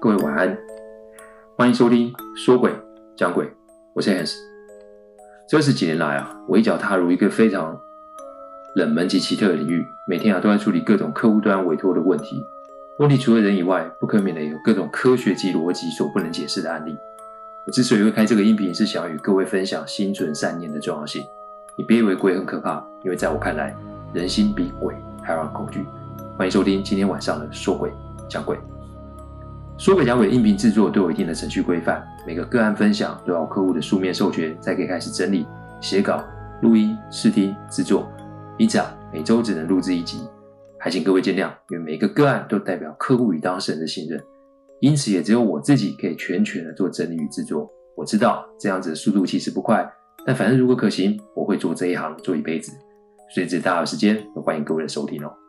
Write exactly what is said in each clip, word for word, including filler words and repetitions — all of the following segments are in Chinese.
各位晚安，欢迎收听说鬼讲鬼，我是 Hans。这二十几年来啊，我一脚踏入一个非常冷门及奇特的领域，每天啊都在处理各种客户端委托的问题。问题除了人以外，不可免的有各种科学及逻辑所不能解释的案例。我之所以会开这个音频，是想要与各位分享心存善念的重要性。你别以为鬼很可怕，因为在我看来，人心比鬼还让人恐惧。欢迎收听今天晚上的说鬼讲鬼。说鬼讲鬼音频制作都有一定的程序规范，每个个案分享都要客户的书面授权才可以开始整理、写稿、录音、试听、制作。因此啊，每周只能录制一集，还请各位见谅，因为每个个案都代表客户与当事人的信任，因此也只有我自己可以全权的做整理与制作。我知道这样子的速度其实不快，但反正如果可行，我会做这一行做一辈子。所以只大家有时间，都欢迎各位的收听哦。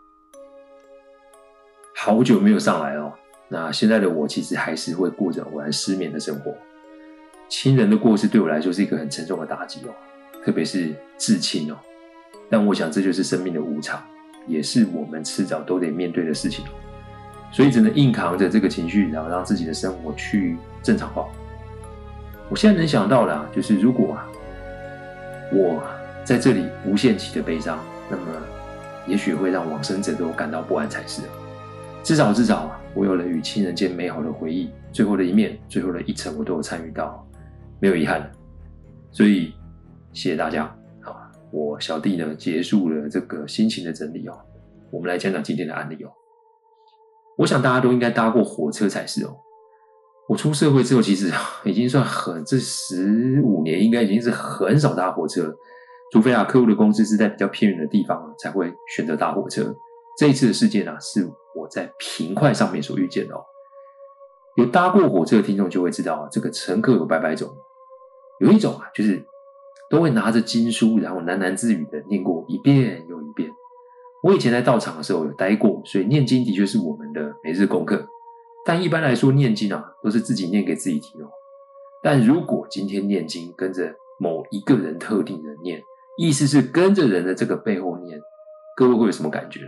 好久没有上来哦。那现在的我其实还是会过着偶然失眠的生活。亲人的过世对我来说是一个很沉重的打击哦，特别是至亲哦。但我想这就是生命的无常，也是我们迟早都得面对的事情哦。所以只能硬扛着这个情绪，然后让自己的生活去正常化。我现在能想到的啊，就是如果啊，我在这里无限期的悲伤，那么也许会让往生者都感到不安才是哦。至少至少啊，我有了与亲人间美好的回忆，最后的一面，最后的一程我都有参与到，没有遗憾了。所以谢谢大家。好，我小弟呢结束了这个心情的整理哦，我们来讲讲今天的案例哦。我想大家都应该搭过火车才是哦。我出社会之后，其实已经算很这十五年应该已经是很少搭火车了，除非啊客户的公司是在比较偏远的地方啊，才会选择搭火车。这一次的事件啊，是我在平快上面所遇见的哦。有搭过火车的听众就会知道啊，这个乘客有百百种。有一种啊，就是都会拿着经书，然后喃喃自语的念过一遍又一遍。我以前在道场的时候有待过，所以念经的确是我们的每日功课。但一般来说念经啊，都是自己念给自己听哦。但如果今天念经跟着某一个人特定人念，意思是跟着人的这个背后念，各位会有什么感觉呢？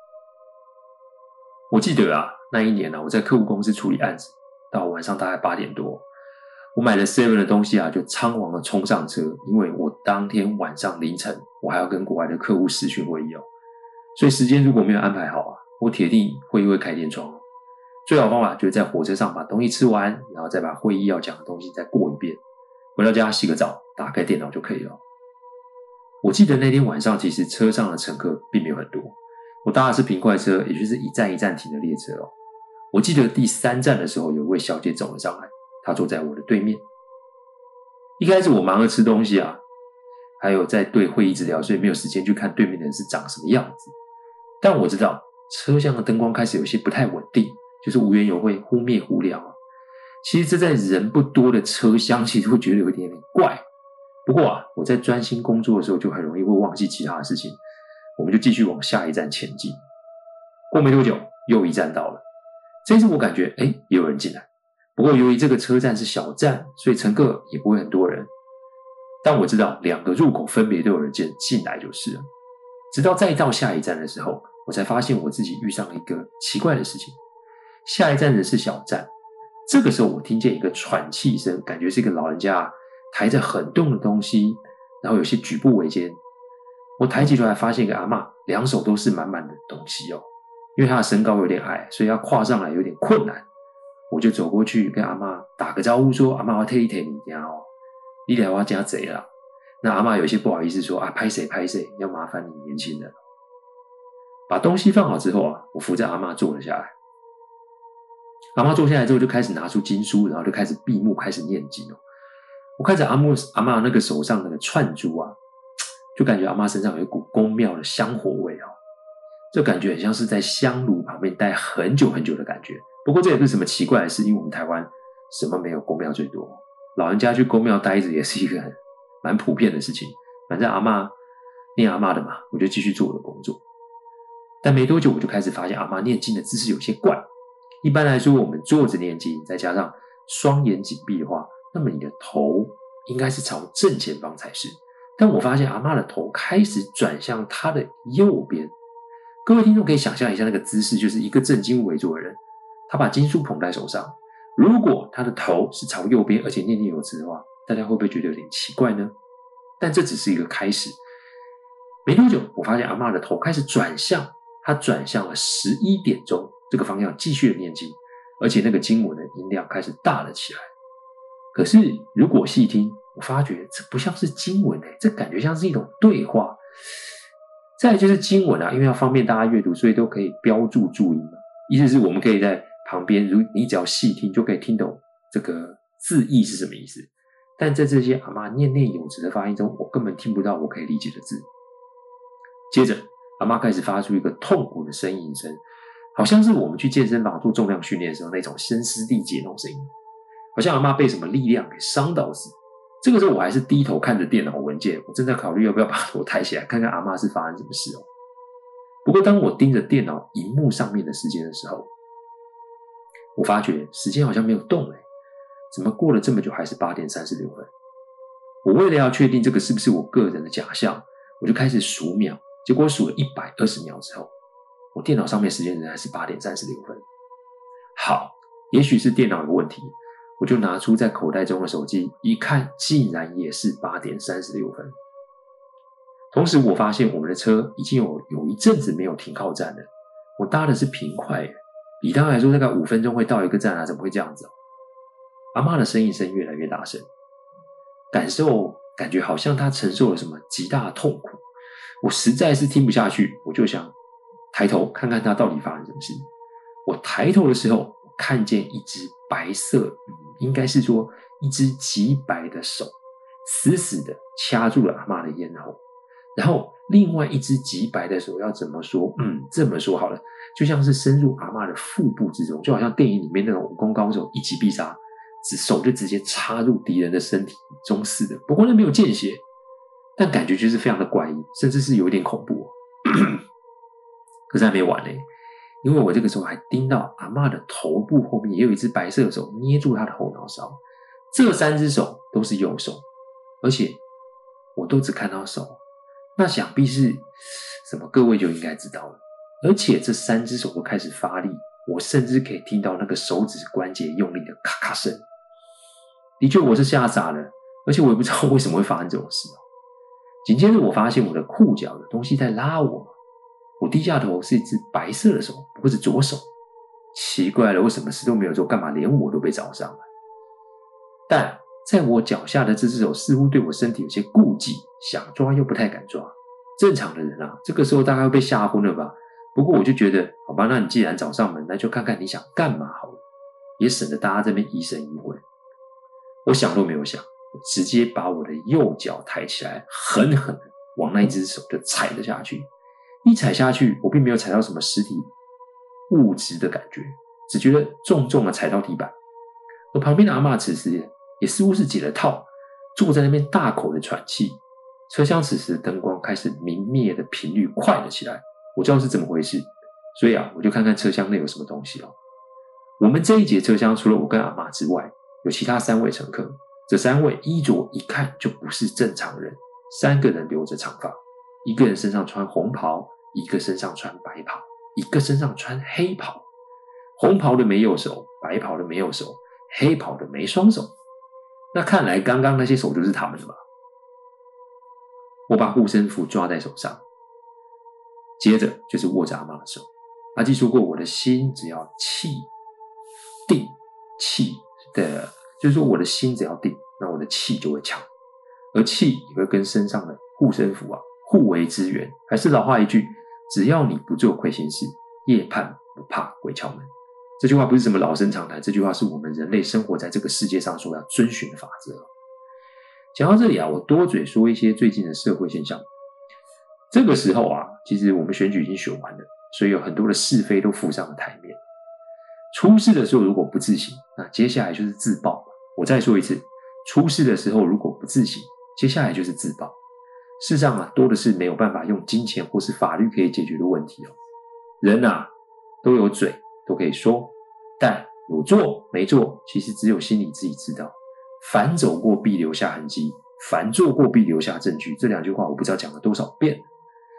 我记得啊，那一年啊，我在客户公司处理案子，到晚上大概八点多，我买了 seven 的东西啊，就仓皇的冲上车，因为我当天晚上凌晨我还要跟国外的客户视讯会议哦，所以时间如果没有安排好啊，我铁定会议会开天窗哦。最好的方法就是在火车上把东西吃完，然后再把会议要讲的东西再过一遍，回到家洗个澡，打开电脑就可以了。我记得那天晚上其实车上的乘客并没有很多，我搭的是平快车，也就是一站一站停的列车哦。我记得第三站的时候，有一位小姐走了上来，她坐在我的对面。一开始我忙着吃东西啊，还有在对会议治疗，所以没有时间去看对面的人是长什么样子。但我知道车厢的灯光开始有些不太稳定，就是无缘有会忽灭忽亮啊。其实这在人不多的车厢，其实会觉得有一点点怪。不过啊，我在专心工作的时候，就很容易会忘记其他的事情。我们就继续往下一站前进。过没多久，又一站到了。这次我感觉，哎，也有人进来。不过由于这个车站是小站，所以乘客也不会很多人。但我知道两个入口分别都有人进进来就是了。直到再到下一站的时候，我才发现我自己遇上了一个奇怪的事情。下一站的是小站，这个时候我听见一个喘气声，感觉是一个老人家抬着很重的东西，然后有些举步维艰。我抬起头来发现一个阿嬷，两手都是满满的东西哦。因为她的身高有点矮，所以要跨上来有点困难。我就走过去跟阿嬷打个招呼说：“阿嬷，我替你提物件哦，你来我家坐啦。”那阿嬷有些不好意思说：“啊，拍谁拍谁，要麻烦你年轻人。”把东西放好之后啊，我扶着阿嬷坐了下来。阿嬷坐下来之后就开始拿出经书，然后就开始闭目开始念经哦。我看着阿嬷阿嬷那个手上那个串珠啊，就感觉阿嬷身上有一股宫庙的香火味哦，这感觉很像是在香炉旁边待很久很久的感觉。不过这也不是什么奇怪的事，因为我们台湾什么没有，宫庙最多，老人家去宫庙待着也是一个很蛮普遍的事情。反正阿嬷念阿嬷的嘛，我就继续做我的工作。但没多久我就开始发现阿嬷念经的姿势有些怪。一般来说，我们坐着念经，再加上双眼紧闭的话，那么你的头应该是朝正前方才是。但我发现阿嬷的头开始转向她的右边。各位听众可以想象一下那个姿势，就是一个正襟危坐的人， 他把经书捧在手上，如果他的头是朝右边，而且念念有词的话，大家会不会觉得有点奇怪呢？但这只是一个开始。没多久，我发现阿嬷的头开始转向，她转向了十一点钟这个方向，继续的念经，而且那个经文的音量开始大了起来。可是如果细听，我发觉这不像是经文诶，这感觉像是一种对话。再来就是经文啊，因为要方便大家阅读，所以都可以标注注音嘛。意思是我们可以在旁边，如你只要细听，就可以听懂这个字义是什么意思。但在这些阿嬷念念有词的发音中，我根本听不到我可以理解的字。接着，阿嬷开始发出一个痛苦的呻吟声，好像是我们去健身房做重量训练的时候那种声嘶力竭那种声音，好像阿嬷被什么力量给伤到似的。这个时候我还是低头看着电脑文件，我正在考虑要不要把头抬起来看看阿嬷是发生什么事哦。不过当我盯着电脑荧幕上面的时间的时候，我发觉时间好像没有动诶，怎么过了这么久还是八点三十六分？我为了要确定这个是不是我个人的假象，我就开始数秒，结果数了一百二十秒之后，我电脑上面时间仍然是八点三十六分。好，也许是电脑有问题，我就拿出在口袋中的手机一看，竟然也是八点三十六分。同时我发现我们的车已经有有一阵子没有停靠站了，我搭的是平快耶，理当来说大概五分钟会到一个站啊，怎么会这样子哦？阿嬷的呻吟声越来越大声，感受感觉好像她承受了什么极大的痛苦，我实在是听不下去，我就想抬头看看她到底发生什么事。我抬头的时候，我看见一只白色、嗯、应该是说一只极白的手死死的掐住了阿嬷的咽喉，然后另外一只极白的手要怎么说？嗯，这么说好了，就像是深入阿嬷的腹部之中，就好像电影里面那种武功高手一击必杀，手就直接插入敌人的身体中似的。不过那没有见血，但感觉就是非常的怪异，甚至是有一点恐怖哦。可是还没完呢，因为我这个时候还盯到阿嬷的头部后面也有一只白色的手捏住她的后脑勺，这三只手都是右手，而且我都只看到手，那想必是什么？各位就应该知道了。而且这三只手都开始发力，我甚至可以听到那个手指关节用力的咔咔声。的确，我是吓傻了，而且我也不知道为什么会发生这种事哦。紧接着，我发现我的裤脚有东西在拉我，我低下头，是一只白色的手，不过是左手。奇怪了，我什么事都没有做，干嘛连我都被找上了？但在我脚下的这只手似乎对我身体有些顾忌，想抓又不太敢抓。正常的人啊，这个时候大概会被吓昏了吧？不过我就觉得，好吧，那你既然找上门，那就看看你想干嘛好了，也省得大家这边疑神疑鬼。我想都没有想，我直接把我的右脚抬起来，狠狠的往那一只手就踩了下去。一踩下去，我并没有踩到什么实体物质的感觉，只觉得重重的踩到地板。而旁边的阿嬷此时也似乎是解了套，坐在那边大口的喘气。车厢此时的灯光开始明灭的频率快了起来，我知道是怎么回事，所以啊，我就看看车厢内有什么东西哦。我们这一节车厢除了我跟阿嬷之外，有其他三位乘客，这三位衣着一看就不是正常人，三个人留着长发，一个人身上穿红袍，一个身上穿白袍，一个身上穿黑袍。红袍的没右手，白袍的没右手，黑袍的没双手。那看来刚刚那些手就是他们的吧？我把护身符抓在手上，接着就是握着阿嬷的手。阿基说过，我的心只要气定气的，就是说我的心只要定，那我的气就会强，而气也会跟身上的护身符啊互为支援。还是老话一句，只要你不做亏心事，夜盼不怕鬼敲门。这句话不是什么老生常谈，这句话是我们人类生活在这个世界上所要遵循的法则。讲到这里啊，我多嘴说一些最近的社会现象。这个时候啊，其实我们选举已经选完了，所以有很多的是非都浮上了台面。出事的时候如果不自省，那接下来就是自爆。我再说一次，出事的时候如果不自省，接下来就是自爆。世上啊，多的是没有办法用金钱或是法律可以解决的问题哦。人啊，都有嘴，都可以说，但有做没做，其实只有心里自己知道。凡走过必留下痕迹，凡做过必留下证据，这两句话我不知道讲了多少遍。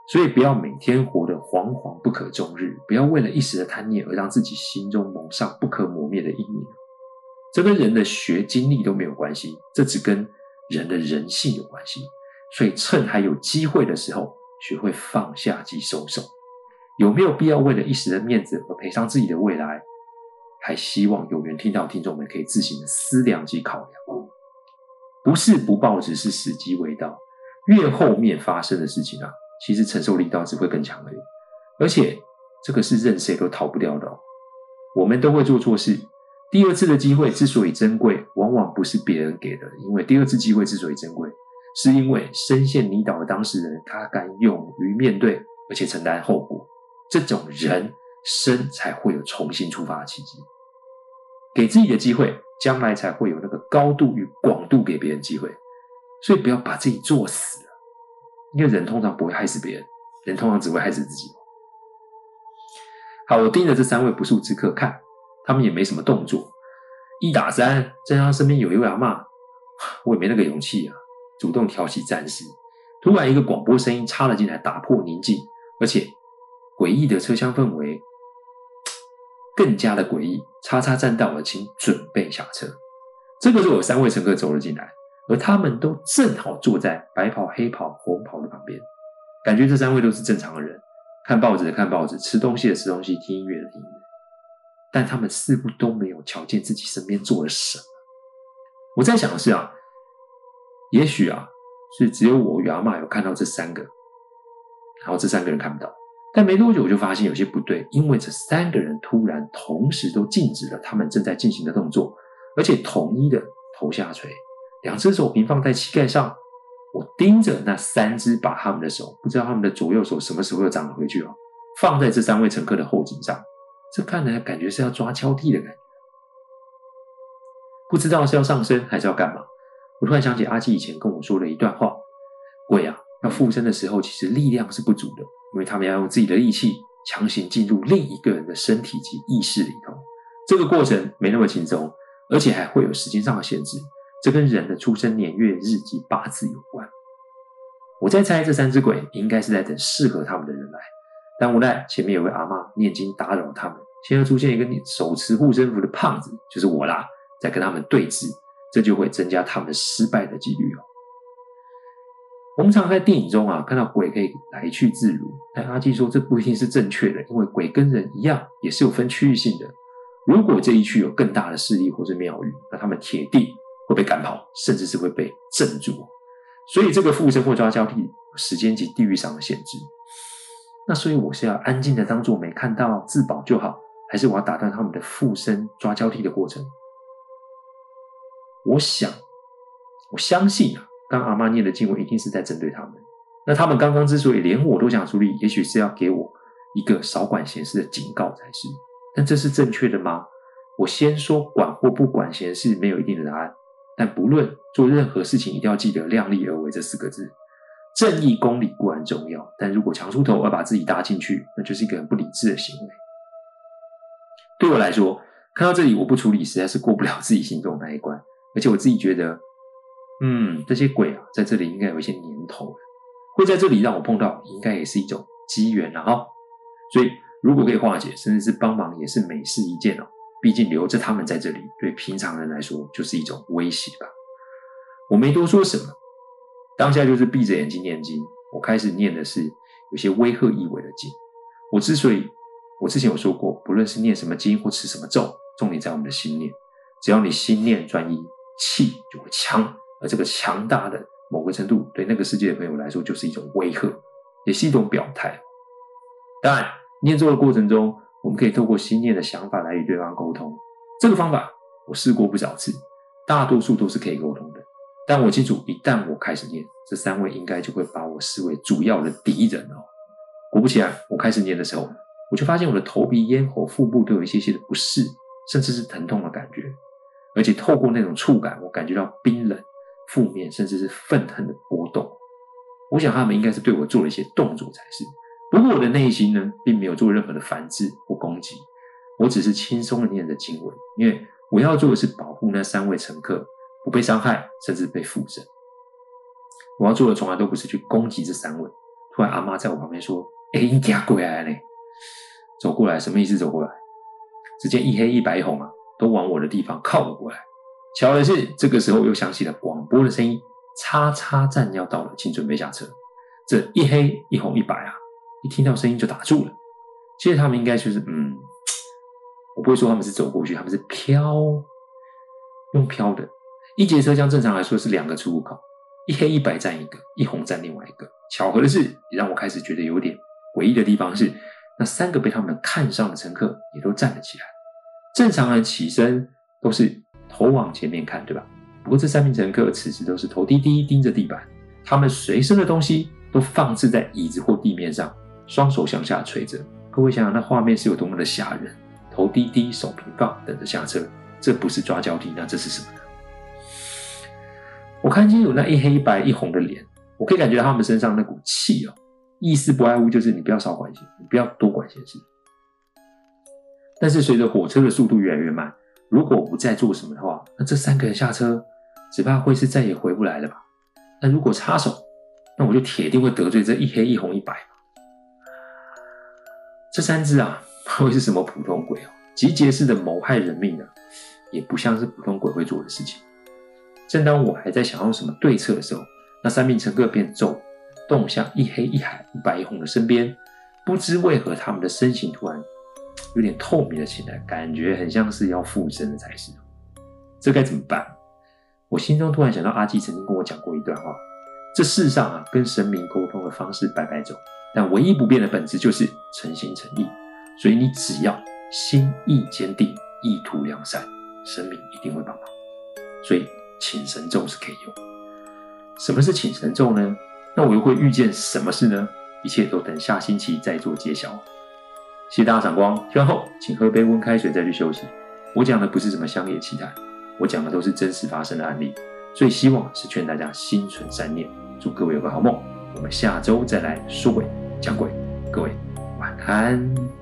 所以不要每天活得惶惶不可终日，不要为了一时的贪念而让自己心中蒙上不可磨灭的阴影。这跟人的学经历都没有关系，这只跟人的人性有关系。所以趁还有机会的时候，学会放下及收手。有没有必要为了一时的面子而赔上自己的未来？还希望有缘听到听众们可以自行的思量及考量。不是不报，只是时机未到。越后面发生的事情啊，其实承受力道只会更强而已。而且这个是任谁都逃不掉的哦。我们都会做错事。第二次的机会之所以珍贵，往往不是别人给的，因为第二次机会之所以珍贵，是因为深陷泥沼的当事人他敢勇于面对，而且承担后果。这种人生才会有重新出发的契机。给自己的机会，将来才会有那个高度与广度给别人机会。所以不要把自己做死了，因为人通常不会害死别人，人通常只会害死自己。好，我盯着这三位不速之客看，他们也没什么动作。一打三，正当身边有一位阿嬷，我也没那个勇气啊，主动挑起战事。突然一个广播声音插了进来，打破宁静，而且诡异的车厢氛围更加的诡异。叉叉站到了，请准备下车。这个时候有三位乘客走了进来，而他们都正好坐在白袍、黑袍、红袍的旁边。感觉这三位都是正常的人，看报纸的看报纸，吃东西的吃东西，听音乐的听音乐。但他们似乎都没有瞧见自己身边做了什么。我在想的是啊，也许啊是只有我与阿嬷有看到这三个，然后这三个人看不到。但没多久我就发现有些不对，因为这三个人突然同时都静止了他们正在进行的动作，而且统一的头下垂，两只手平放在膝盖上。我盯着那三只，把他们的手，不知道他们的左右手什么时候又长了回去哦，放在这三位乘客的后颈上。这看来感觉是要抓交替的感觉，不知道是要上身还是要干嘛。我突然想起阿基以前跟我说的一段话，鬼啊要附身的时候其实力量是不足的，因为他们要用自己的力气强行进入另一个人的身体及意识里头。这个过程没那么轻松，而且还会有时间上的限制，这跟人的出生年月日及八字有关。我在猜这三只鬼应该是在等适合他们的人来，但无奈前面有位阿嬷念经打扰他们，现在出现一个手持护身符的胖子，就是我啦，在跟他们对峙，这就会增加他们失败的几率哦。我们常在电影中啊看到鬼可以来去自如，但阿基说这不一定是正确的，因为鬼跟人一样也是有分区域性的。如果这一区有更大的势力或是庙宇，那他们铁定会被赶跑，甚至是会被镇住。所以这个附身或抓交替有时间及地域上的限制。那所以我是要安静的当作没看到自保就好，还是我要打断他们的附身抓交替的过程？我想我相信啊刚阿嬷念的经文一定是在针对他们。那他们刚刚之所以连我都想处理，也许是要给我一个少管闲事的警告才是。但这是正确的吗？我先说管或不管闲事没有一定的答案，但不论做任何事情一定要记得量力而为这四个字。正义公理固然重要，但如果强出头而把自己搭进去，那就是一个很不理智的行为。对我来说，看到这里我不处理实在是过不了自己心中的那一关，而且我自己觉得嗯，这些鬼啊在这里应该有一些年头了，会在这里让我碰到应该也是一种机缘了哦。所以如果可以化解甚至是帮忙也是美事一件哦，毕竟留着他们在这里对平常人来说就是一种威胁吧。我没多说什么，当下就是闭着眼睛念经。我开始念的是有些威吓意味的经。我之所以我之前有说过，不论是念什么经或持什么咒，重点在我们的心念。只要你心念专一，气就会强，而这个强大的某个程度对那个世界的朋友来说就是一种威吓，也是一种表态。当然念咒的过程中，我们可以透过心念的想法来与对方沟通，这个方法我试过不少次，大多数都是可以沟通的。但我清楚一旦我开始念，这三位应该就会把我视为主要的敌人哦。果不其然，我开始念的时候，我就发现我的头皮、咽喉、腹部都有一些些的不适，甚至是疼痛的感觉。而且透过那种触感，我感觉到冰冷、负面甚至是愤恨的波动。我想他们应该是对我做了一些动作才是。不过我的内心呢，并没有做任何的反制或攻击，我只是轻松的念着经文，因为我要做的是保护那三位乘客不被伤害，甚至被附身。我要做的从来都不是去攻击这三位， 突然阿妈在我旁边说：“哎、欸，你给他过来呢！”走过来，什么意思？走过来，只见一黑一白一红啊，都往我的地方靠了过来。巧的是，这个时候又响起了广播的声音：“叉叉站要到了，请准备下车。”这一黑一红一白啊，一听到声音就打住了。其实他们应该就是嗯，我不会说他们是走过去，他们是飘，用飘的。一节车厢正常来说是两个出入口，一黑一白站一个，一红站另外一个。巧合的是，也让我开始觉得有点诡异的地方是，那三个被他们看上的乘客也都站了起来。正常人起身都是头往前面看，对吧？不过这三名乘客此时都是头低低盯着地板，他们随身的东西都放置在椅子或地面上，双手向下垂着。各位想想那画面是有多么的吓人，头低低手平放等着下车，这不是抓交替，那这是什么呢？我看清楚那一黑一白一红的脸，我可以感觉到他们身上那股气哦，意思不外乎就是你不要少管闲事，你不要多管闲事。但是随着火车的速度越来越慢，如果我不再做什么的话，那这三个人下车只怕会是再也回不来了吧。那如果插手，那我就铁定会得罪这一黑一红一白嘛。这三只啊，不会是什么普通鬼哦，集结式的谋害人命啊，也不像是普通鬼会做的事情。正当我还在想用什么对策的时候，那三名乘客便走动向一黑一白一白一红的身边，不知为何他们的身形突然有点透明了起来，感觉很像是要附身的才是。这该怎么办？我心中突然想到阿基曾经跟我讲过一段话，这世上啊，跟神明沟通的方式百百种，但唯一不变的本质就是诚心诚意，所以你只要心意坚定，意图良善，神明一定会帮忙。所以请神咒是可以用。什么是请神咒呢？那我又会遇见什么事呢？一切都等下星期再做揭晓。谢谢大家赏光，听完后请喝杯温开水再去休息。我讲的不是什么乡野奇谈，我讲的都是真实发生的案例，最希望是劝大家心存善念，祝各位有个好梦。我们下周再来说鬼讲鬼，各位晚安。